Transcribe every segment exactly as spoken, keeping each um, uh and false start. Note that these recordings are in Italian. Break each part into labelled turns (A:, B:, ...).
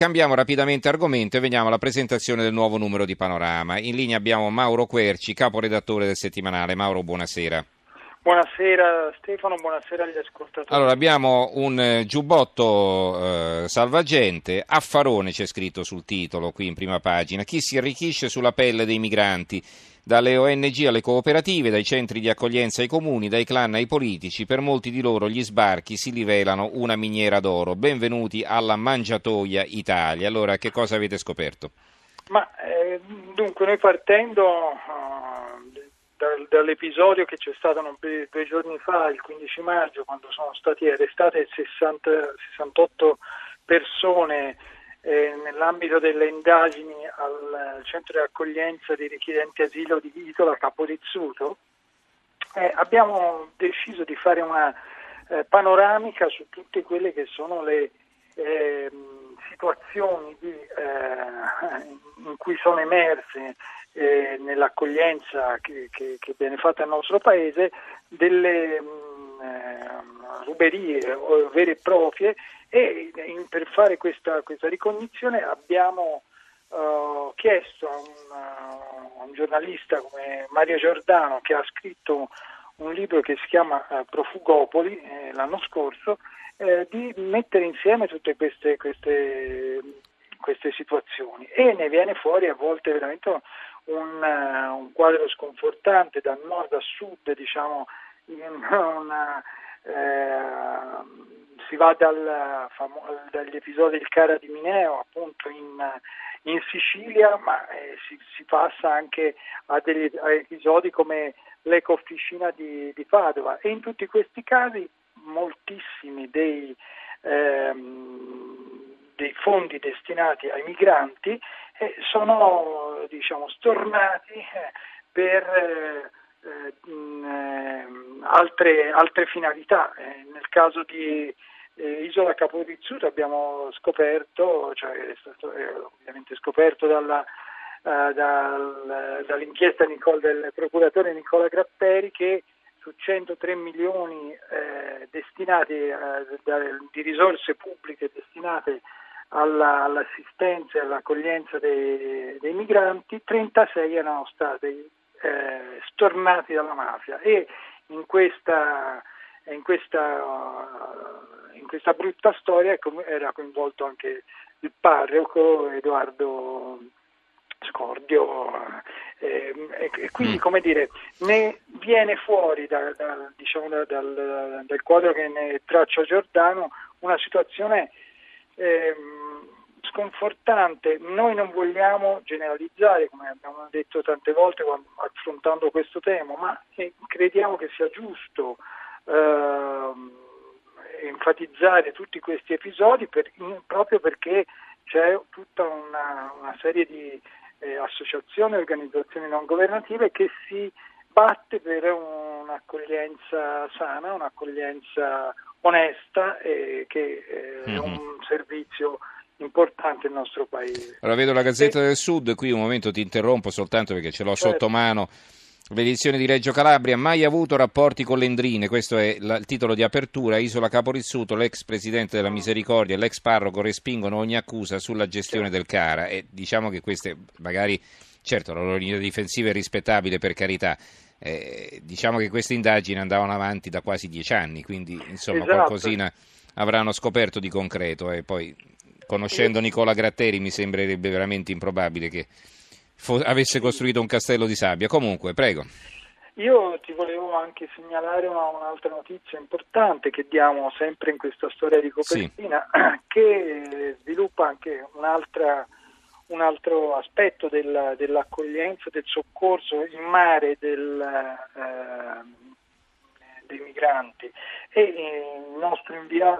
A: Cambiamo rapidamente argomento e veniamo alla presentazione del nuovo numero di Panorama. In linea abbiamo Mauro Querci, caporedattore del settimanale. Mauro, buonasera.
B: Buonasera Stefano, buonasera agli ascoltatori.
A: Allora, abbiamo un eh, giubbotto eh, salvagente, affarone c'è scritto sul titolo, qui in prima pagina. Chi si arricchisce sulla pelle dei migranti, dalle O N G alle cooperative, dai centri di accoglienza ai comuni, dai clan ai politici, per molti di loro gli sbarchi si rivelano una miniera d'oro. Benvenuti alla Mangiatoia Italia. Allora, che cosa avete scoperto?
B: Ma eh, dunque, noi partendo uh, dal, dall'episodio che c'è stato non, due giorni fa, il quindici maggio, quando sono state arrestate sessanta, sessantotto persone eh, nell'ambito delle indagini al centro di accoglienza dei richiedenti asilo di Isola Caporizzuto, eh, abbiamo deciso di fare una eh, panoramica su tutte quelle che sono le eh, situazioni di, eh, in cui sono emerse eh, nell'accoglienza che, che, che viene fatta al nostro paese delle mh, eh, ruberie vere e proprie, e in, per fare questa, questa ricognizione abbiamo uh, chiesto a un, uh, un giornalista come Mario Giordano, che ha scritto un libro che si chiama uh, Profugopoli eh, l'anno scorso, eh, di mettere insieme tutte queste, queste, queste situazioni, e ne viene fuori a volte veramente un, uh, un quadro sconfortante da nord a sud, diciamo, in una, eh, si va dal, dagli episodi del Cara di Mineo appunto in, in Sicilia, ma eh, si, si passa anche a, degli, a episodi come l'Ecofficina di, di Padova, e in tutti questi casi moltissimi dei, ehm, dei fondi destinati ai migranti eh, sono diciamo stornati eh, per eh, mh, altre, altre finalità. Eh, nel caso di eh, Isola Caporizzuto abbiamo scoperto, cioè è stato eh, ovviamente scoperto dalla Uh, dal, dall'inchiesta Nicole, del procuratore Nicola Gratteri, che su centotré milioni eh, destinati eh, da, di risorse pubbliche destinate alla, all'assistenza e all'accoglienza dei, dei migranti, trentasei erano stati eh, stornati dalla mafia, e in questa, in questa, in questa brutta storia era coinvolto anche il parroco Edoardo Scordio, eh, e quindi, come dire, ne viene fuori da, da, diciamo, da, dal, dal quadro che ne traccia Giordano una situazione eh, sconfortante. Noi non vogliamo generalizzare, come abbiamo detto tante volte quando, affrontando questo tema, ma eh, crediamo che sia giusto eh, enfatizzare tutti questi episodi per, proprio perché c'è tutta una, una serie di Eh, associazioni e organizzazioni non governative che si batte per un'accoglienza sana, un'accoglienza onesta, e che eh, mm-hmm. è un servizio importante nel nostro paese.
A: Allora, vedo la Gazzetta e... del Sud, qui un momento ti interrompo soltanto perché ce l'ho certo. sotto mano. L'edizione di Reggio Calabria, mai avuto rapporti con l'Endrine, questo è la, il titolo di apertura. Isola Caporizzuto, l'ex presidente della Misericordia e l'ex parroco respingono ogni accusa sulla gestione del Cara, e diciamo che queste magari, certo la loro linea difensiva è rispettabile, per carità, eh, diciamo che queste indagini andavano avanti da quasi dieci anni, quindi insomma esatto. qualcosina avranno scoperto di concreto, e poi conoscendo Nicola Gratteri mi sembrerebbe veramente improbabile che avesse costruito un castello di sabbia. Comunque, prego.
B: Io ti volevo anche segnalare una, un'altra notizia importante che diamo sempre in questa storia di copertina, sì. che sviluppa anche un'altra, un altro aspetto del, dell'accoglienza, del soccorso in mare del, eh, dei migranti. E il nostro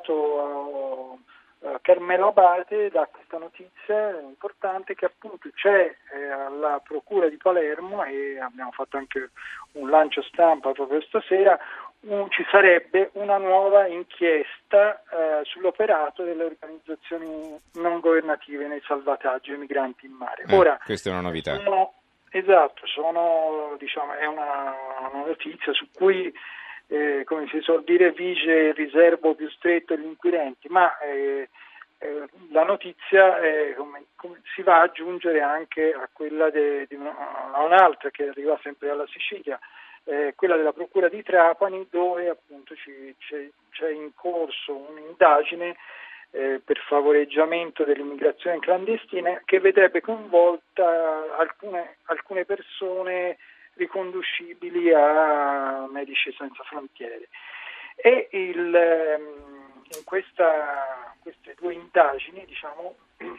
B: inviato Carmelo Abate dà questa notizia importante, che appunto c'è eh, alla Procura di Palermo, e abbiamo fatto anche un lancio stampa proprio stasera, un, ci sarebbe una nuova inchiesta eh, sull'operato delle organizzazioni non governative nel salvataggio ai migranti in mare.
A: Eh,
B: Ora,
A: questa è una novità.
B: Sono, esatto, sono, diciamo, è una, una notizia su cui Eh, come si suol dire, vige il riservo più stretto degli inquirenti, ma eh, eh, la notizia è come, come si va ad aggiungere anche a quella de, di una, a un'altra che arriva sempre dalla Sicilia, eh, quella della Procura di Trapani, dove appunto ci, c'è, c'è in corso un'indagine eh, per favoreggiamento dell'immigrazione clandestina che vedrebbe coinvolta alcune, alcune persone riconducibili a Medici Senza Frontiere. E il, in questa, queste due indagini, diciamo,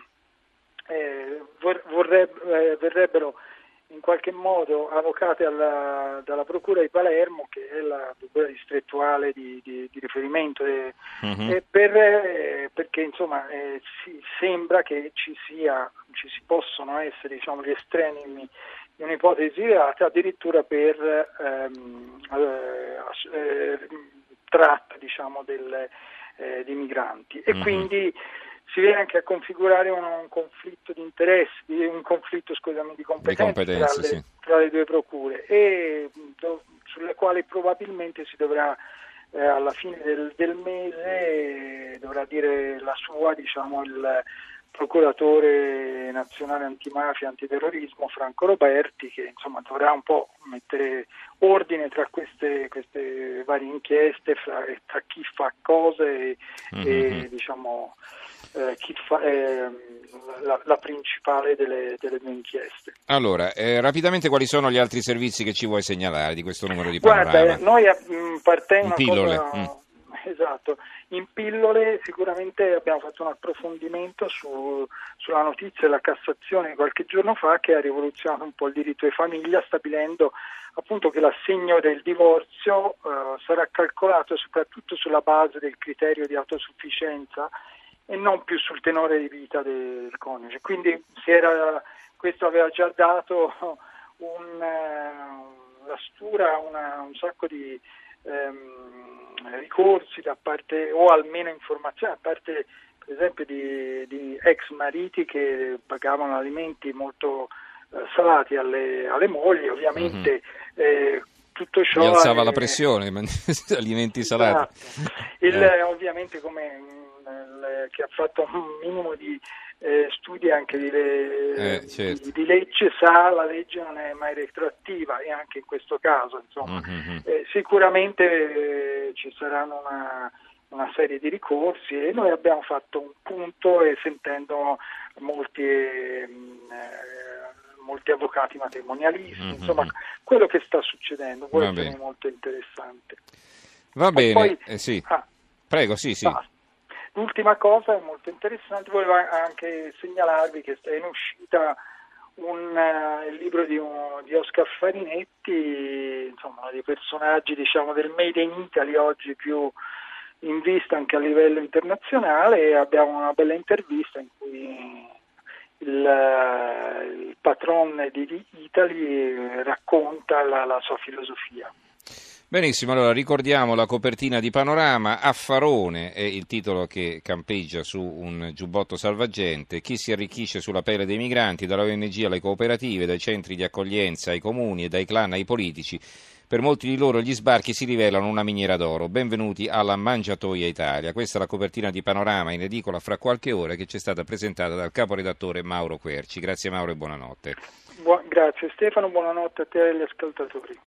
B: eh, vorreb, eh, verrebbero in qualche modo avocate alla, dalla Procura di Palermo, che è la procura distrettuale di, di, di riferimento, eh, mm-hmm. eh, per, eh, perché insomma eh, si, sembra che ci sia, ci si possono essere, diciamo, gli estremi di un'ipotesi di reato addirittura per ehm, eh, eh, tratta, diciamo, del, eh, di migranti, e mm-hmm. quindi si viene anche a configurare un, un conflitto di interessi, un conflitto, scusami, di competenze, di competenze tra, le, sì. tra le due procure, e do, sulle quali probabilmente si dovrà eh, alla fine del, del mese eh, dovrà dire la sua, diciamo, il procuratore nazionale antimafia e antiterrorismo Franco Roberti, che insomma dovrà un po' mettere ordine tra queste, queste varie inchieste, fra, tra chi fa cose e, mm-hmm. e diciamo eh, chi fa eh, la, la principale delle, delle due inchieste.
A: Allora, eh, rapidamente quali sono gli altri servizi che ci vuoi segnalare di questo numero di Panorama?
B: Guarda, eh, noi mh, partendo
A: pillole.
B: Cosa,
A: Mm.
B: Esatto, in pillole sicuramente abbiamo fatto un approfondimento su, sulla notizia della Cassazione di qualche giorno fa, che ha rivoluzionato un po' il diritto di famiglia, stabilendo appunto che l'assegno del divorzio eh, sarà calcolato soprattutto sulla base del criterio di autosufficienza e non più sul tenore di vita del, del coniuge. Quindi si era, questo aveva già dato un, una stura, una, un sacco di ehm, ricorsi da parte, o almeno informazioni da parte per esempio di, di ex mariti che pagavano alimenti molto eh, salati alle, alle mogli, ovviamente mm-hmm. eh, tutto ciò
A: mi alzava
B: è,
A: la pressione, alimenti salati.
B: Esatto. Il, eh. Ovviamente come il, che ha fatto un minimo di eh, studi anche di,
A: eh, certo.
B: di, di legge sa, la legge non è mai retroattiva, e anche in questo caso insomma
A: mm-hmm.
B: eh, sicuramente eh, ci saranno una, una serie di ricorsi, e noi abbiamo fatto un punto e sentendo molti eh, molti avvocati matrimonialisti, mm-hmm. insomma quello che sta succedendo, questo è molto interessante.
A: Va
B: e
A: bene,
B: poi,
A: eh, sì.
B: ah,
A: Prego, sì, sì.
B: Basta. L'ultima cosa è molto interessante, volevo anche segnalarvi che è in uscita un uh, il libro di, un, di Oscar Farinetti, insomma uno dei personaggi, diciamo, del Made in Italy oggi più in vista anche a livello internazionale, e abbiamo una bella intervista in cui il, uh, il patron di Italy racconta la, la sua filosofia.
A: Benissimo, allora ricordiamo la copertina di Panorama. Affarone è il titolo che campeggia su un giubbotto salvagente. Chi si arricchisce sulla pelle dei migranti, dalla O N G alle cooperative, dai centri di accoglienza ai comuni e dai clan ai politici. Per molti di loro gli sbarchi si rivelano una miniera d'oro. Benvenuti alla Mangiatoia Italia. Questa è la copertina di Panorama, in edicola fra qualche ora, che ci è stata presentata dal caporedattore Mauro Querci. Grazie Mauro e buonanotte.
B: Bu- grazie Stefano, buonanotte a te e agli ascoltatori.